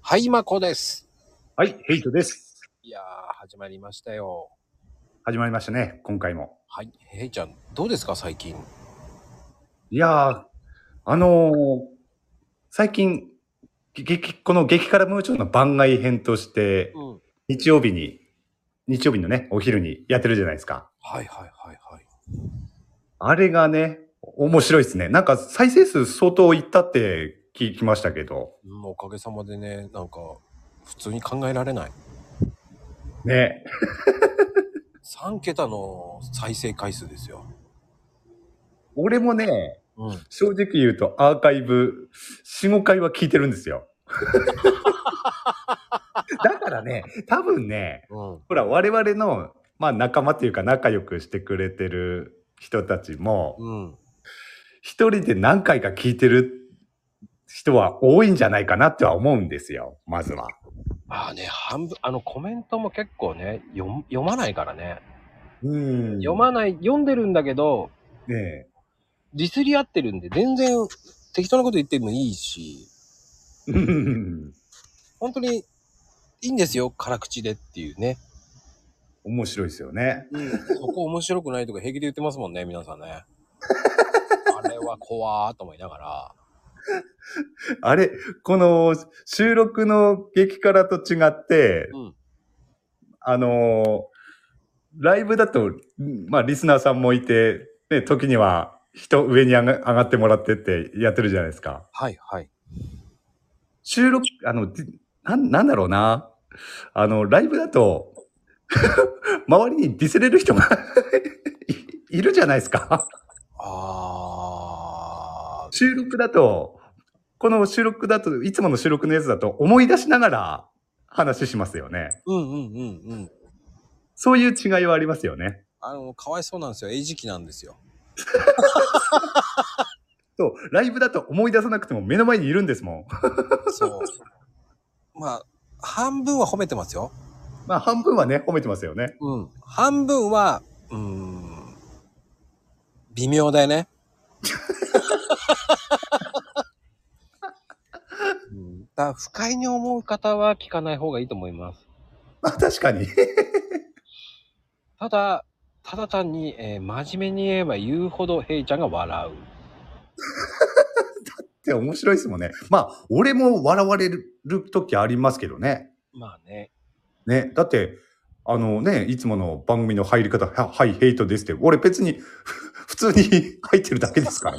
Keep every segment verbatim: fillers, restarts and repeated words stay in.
はい、まこです。 はい、ヘイトです。 いやー、始まりましたよ。 始まりましたね、今回も。 はい、へいちゃん、どうですか、最近。 いやー、あのー、最近、激、この激辛ムーチョの番外編として、 うん。 日曜日に、日曜日のね、お昼にやってるじゃないですか。 はいはいはいはい。 あれがね、面白いですね。なんか再生数相当いったって聞きましたけど。 うん、おかげさまでね、なんか、普通に考えられない。 ね。 さん桁の再生回数ですよ。 俺もね、 うん。 正直言うとアーカイブよん、ごかいは聞いてるんですよ。だからね、多分ね、 うん。 ほら、我々の、まあ仲間っていうか仲良くしてくれてる人たちも、 うん。 一人で何回か聞いてる人は多いんじゃないかなっては思うんですよ、まずは。 まあね、半分、あの、コメントも結構ね、読む読まないからね。 うーん。 読まない、読んでるんだけど、 ねえ。 ディスり合ってるんで、全然適当なこと言ってもいいし、 うーん。 本当にいいんですよ、辛口でっていうね。 面白いですよね。 うん。そこ面白くないとか平気で言ってますもんね、皆さんね。あれは怖ーと思いながら。 あれ、この収録の激辛と違って、 うん。 あのライブだと、まあリスナーさんもいて、ね、時には人上に上が上がってもらってってやってるじゃないですか。 はいはい。 収録、あの、なん、なんだろうな。あの、ライブだと、周りにディスれる人がい、いるじゃないですか。 あー。 収録だと、この収録だと、いつもの収録のやつだと思い出しながら話しますよね。 うんうんうんうん。 そういう違いはありますよね。 あの、かわいそうなんですよ。餌食なんですよ。 そう、ライブだと思い出さなくても目の前にいるんですもん。 そう。まあ、半分は褒めてますよ。 まあ半分はね、褒めてますよね。 うん。半分は、うーん、微妙だよね。うん。だから不快に思う方は聞かない方がいいと思います。 まあ確かに。 ただ、ただ単に、えー真面目に言えば言うほどヘイちゃんが笑う。 って面白いですもんね。まあ、俺も笑われる時ありますけどね。 まあね。 ね。だって、あのね、いつもの番組の入り方、は、はい、ヘイトですって、俺別に普通に入ってるだけですからね。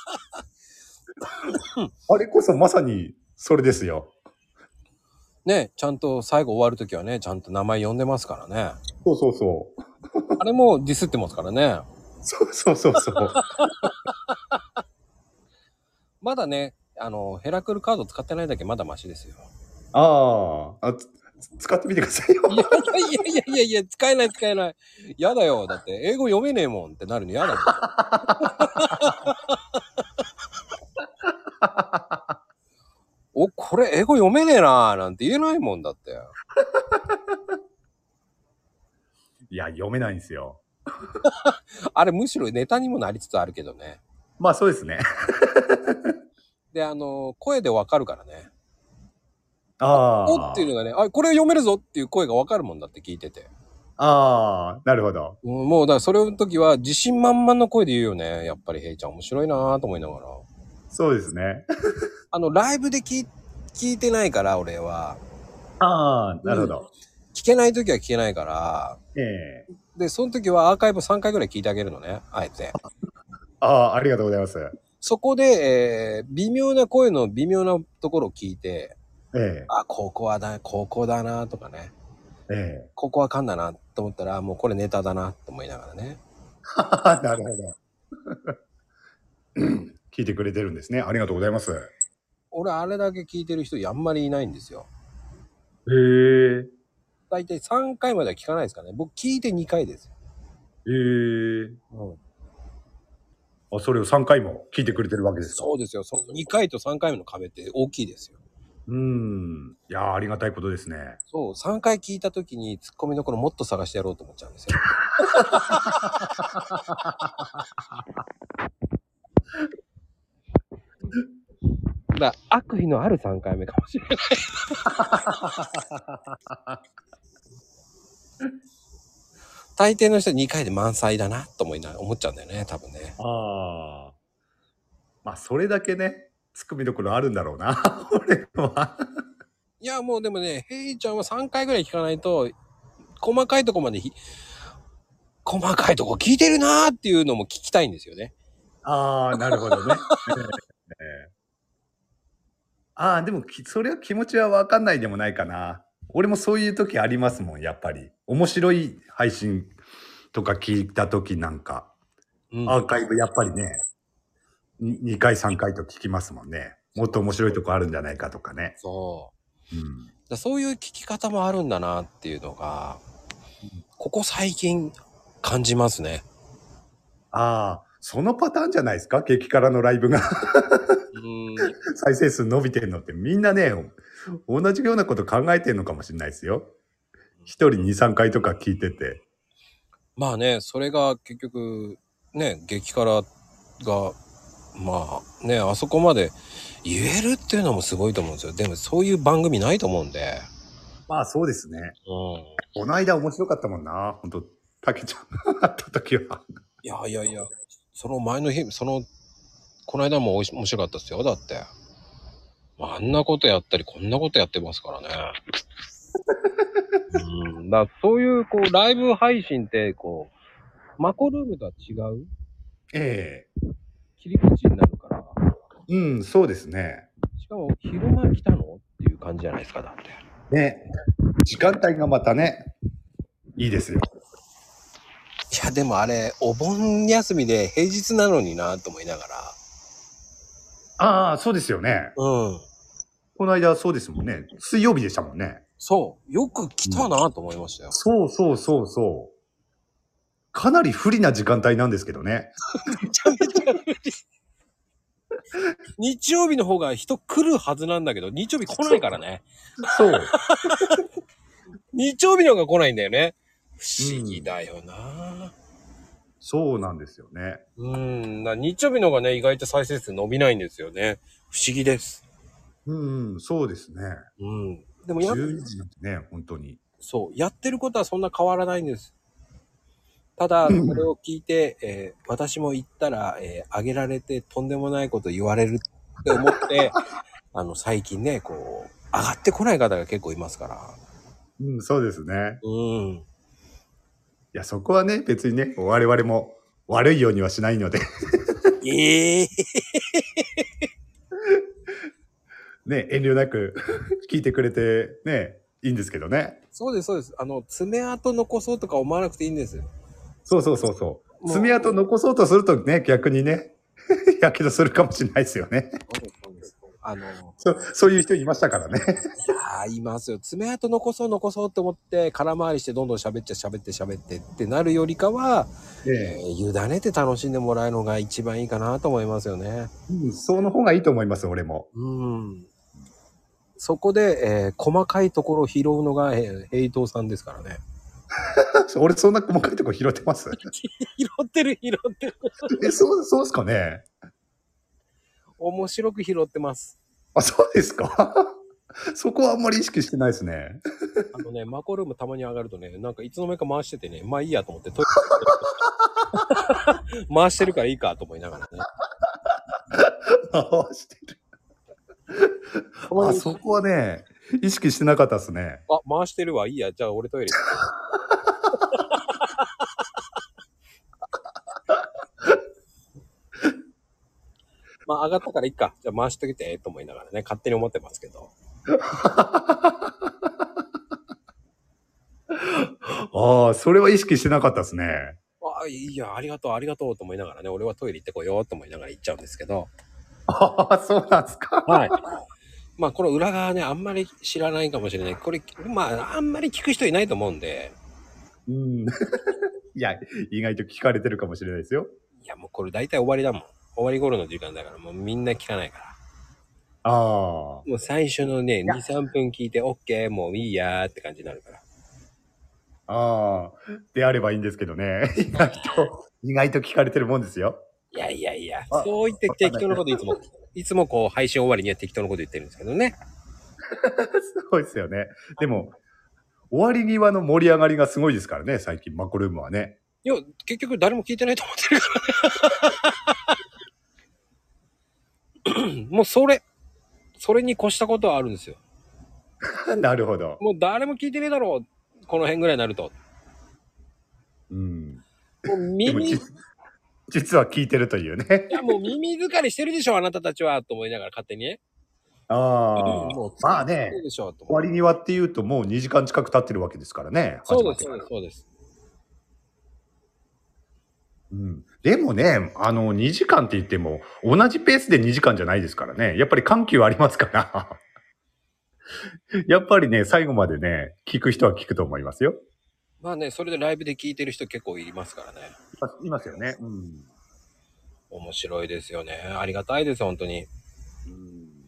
あれこそまさにそれですよ。 ね、ちゃんと最後終わるときはね、ちゃんと名前呼んでますからね。 そうそうそう。 あれもディスってますからね。 そうそうそうそう。 まだね、あの、ヘラクルカード使ってないだけまだマシですよ。 ああ、あつ使ってみてくださいよ。 いやいやいやいやいやいや、使えない使えない。やだよ。だって、英語読めねえもんってなるのやだもん。お、これ英語読めねえなーなんて言えないもんだって。 いや、読めないんですよ。 あれむしろネタにもなりつつあるけどね。 まあそうですね。 で、あの、声でわかるからね。おっていうあのがね、あ、これ読めるぞっていう声がわかるもんだって聞いてて。 あ、ああ、なるほど。 うん、もうだからそれの時は自信満々の声で言うよね。やっぱりヘイちゃん面白いなぁと思いながら。 そうですね。 あの、ライブで聞い、聞いてないから、俺は。 ああ、なるうん。 ほど。 聞けない時は聞けないから。 ええ。 で、その時はアーカイブさんかいぐらい聞いてあげるのね。あえて。 ああ、ありがとうございます。 そこで、えー、微妙な声の微妙なところを聞いて、 ええ、 あ、ここはだ、ここだなとかね。 ええ。 ここは噛んだなと思ったら、もうこれネタだなと思いながらね。 なるほど。聞いてくれてるんですね。ありがとうございます。 俺、あれだけ聞いてる人あんまりいないんですよ。 へえ。 だいたいさんかいまでは聞かないですからね。僕聞いてにかいですよ。 ええ。 うん。 あ、それをさんかいも聞いてくれてるわけですか。 そうですよ。そのにかいとさんかいめの壁って大きいですよ。 うーん。いやー、ありがたいことですね。 そう、さんかい聞いた時にツッコミどころもっと探してやろうと思っちゃうんですよ。 だ悪意のあるさんかいめかもしれない。大抵の人にかいで満載だなと思いな思っちゃうんだよね、多分ね。 ああ。まあ、それだけね、ツッコミどころあるんだろうな、俺は。 いや、もうでもね、ヘイちゃんはさんかいぐらい聞かないと、細かいとこまでひ、細かいとこ聞いてるなーっていうのも聞きたいんですよね。 ああ、なるほどね。ええああ、でもき、それは気持ちはわかんないでもないかな。俺もそういう時ありますもん、やっぱり。面白い配信とか聞いた時なんか、 うん。 アーカイブやっぱりね、ににかいさんかいと聞きますもんね。もっと面白いとこあるんじゃないかとかね。 そう。 うん。 だそういう聞き方もあるんだなっていうのが、ここ最近感じますね。 ああ、そのパターンじゃないですか、激辛のライブがうーん。 再生数伸びてるのってみんなね、同じようなこと考えてるのかもしれないですよ。一人に、さんかいとか聞いてて。 まあね、それが結局、ね、激辛が、まあね、あそこまで言えるっていうのもすごいと思うんですよ。でもそういう番組ないと思うんで。 まあそうですね。 うん。 この間面白かったもんな。ほんと、たけちゃんが会った時は。 いやいやいや、その前の日、その、この間もおいし面白かったですよ。だって。あんなことやったり、こんなことやってますからね。うん。だからそういう、こう、ライブ配信って、こう、マコルームとは違うええ切り口になるから、 うん、そうですね。 しかも昼間来たのっていう感じじゃないですか、だって。 ね。時間帯がまたね、いいですよ。 いや、でもあれ、お盆休みで平日なのになと思いながああ、そうですよね。 ら。うん。 この間そうですもんね。水曜日でしたもんね。 そう。よく来たなと思いましたよ。 そうそうそうそう。かなり不利な時間帯なんですけどね。 めちゃめちゃ無理。日曜日の方が人来るはずなんだけど、日曜日来ないからね。 そう。 日曜日の方が来ないんだよね。不思議だよな、 そうなんですよね。 うん、んだ日曜日の方がね、意外と再生数伸びないんですよね。不思議です。 うん、そうですね。 うん。でもや、 じゅうにじなんてね、本当に。 そう、やってることはそんな変わらないんです。ただ、これを聞いて、えー私も言ったら、えー、あげられてとんでもないこと言われるって思って、あの、最近ね、こう、上がってこない方が結構いますから。 うん、そうですね。 うん。 いや、そこはね、別にね、我々も悪いようにはしないのでええね、遠慮なく聞いてくれてね、いいんですけどね。 そうです、そうです。あの、爪痕残そうとか思わなくていいんです。 そうそうそうそう。 もう爪痕残そうとするとね、逆にね、やけどするかもしれないですよね。 そうです、そうです。あの、いそそういう人いましたからね。 やー、いますよ。爪痕残そう残そうって思って、空回りしてどんどん喋っちゃ喋って喋ってってなるよりかは、えええー委ねて楽しんでもらえるのが一番いいかなと思いますよね。 うん、その方がいいと思います、俺も。 うん。そこで、えー細かいところを拾うのが、えーヘイトーさんですからね。 俺そんな細かいとこ拾ってます拾ってる、拾ってる。 え、そう、そうですかね。 面白く拾ってます。 あ、そうですかそこはあんまり意識してないですね。 あのね、マコルームたまに上がるとね、なんかいつの間にか回しててね、まあいいやと思ってトイレ回してるからいいかと思いながらね。 回してる。 たまにあそこはね、意識してなかったですね。 あ、回してるわ、いいや、じゃあ俺トイレ行く。まあ上がったからいいか、じゃあ回しとけてと思いながらね、勝手に思ってますけど。 ああ、それは意識してなかったですね。 ああ、いいや、ありがとう、ありがとうと思いながらね、俺はトイレ行ってこようと思いながら行っちゃうんですけど。 ああ、そうなんですか。 はい。まあこの裏側ね、あんまり知らないかもしれない。これ、まああんまり聞く人いないと思うんで、 うん。いや、意外と聞かれてるかもしれないですよ。 いやもうこれ大体終わりだもん。終わり頃の時間だからもうみんな聞かないから。 ああ。 もう最初のね、 いやに、さんぷん聞いて OK、もういいやーって感じになるから。 ああ。であればいいんですけどね。意外と、意外と聞かれてるもんですよ。 いやいやいや、 あそう言って適当なこといつもいつもこう配信終わりには適当なこと言ってるんですけどね。 そうですよね。でも、終わり際の盛り上がりがすごいですからね、最近、マコルームはね。 いや、結局誰も聞いてないと思ってるから。もうそれ、それに越したことはあるんですよ。 なるほど。 もう誰も聞いてねえだろう。この辺ぐらいになると。 うん。 もうでも耳、い実は聞いてるというね。 やもう耳疲れしてるでしょ、あなたたちは。と思いながら勝手にね。 ああ。 もうまあね、 疲れてるでしょ、と終わり際っていうともうにじかん近く経ってるわけですからね、 そうです、 始まってから。 そうです、そうです。 うん、でもね、あの、にじかんって言っても、同じペースでにじかんじゃないですからね。やっぱり緩急ありますから。やっぱりね、最後までね、聞く人は聞くと思いますよ。 まあね、それでライブで聞いてる人結構いますからね。 いますいますよね。うん。 面白いですよね。ありがたいです、本当に。 うん、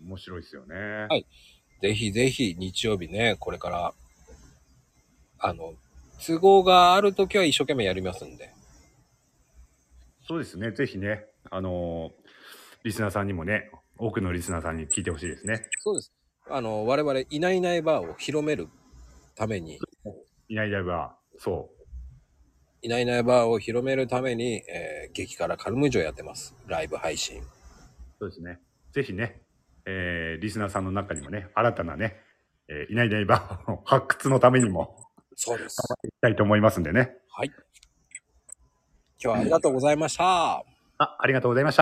面白いですよね。 はい。ぜひぜひ日曜日ね、これから、あの、都合があるときは一生懸命やりますんで。 そうですね。ぜひね、あのーリスナーさんにもね、多くのリスナーさんに聞いてほしいですね。 そうです。あの、我々、いないいないバーを広めるために、 いないいないば、そいないいないバーを広めるために、えー激辛カルムジョやってます。ライブ配信。 う。そうですね。ぜひね、えーリスナーさんの中にもね、新たなね、えーいないいないばの発掘のためにも、 そうです。 いきたいと思いますんでね。 はい。今日はありがとうございました。 あ、ありがとうございました。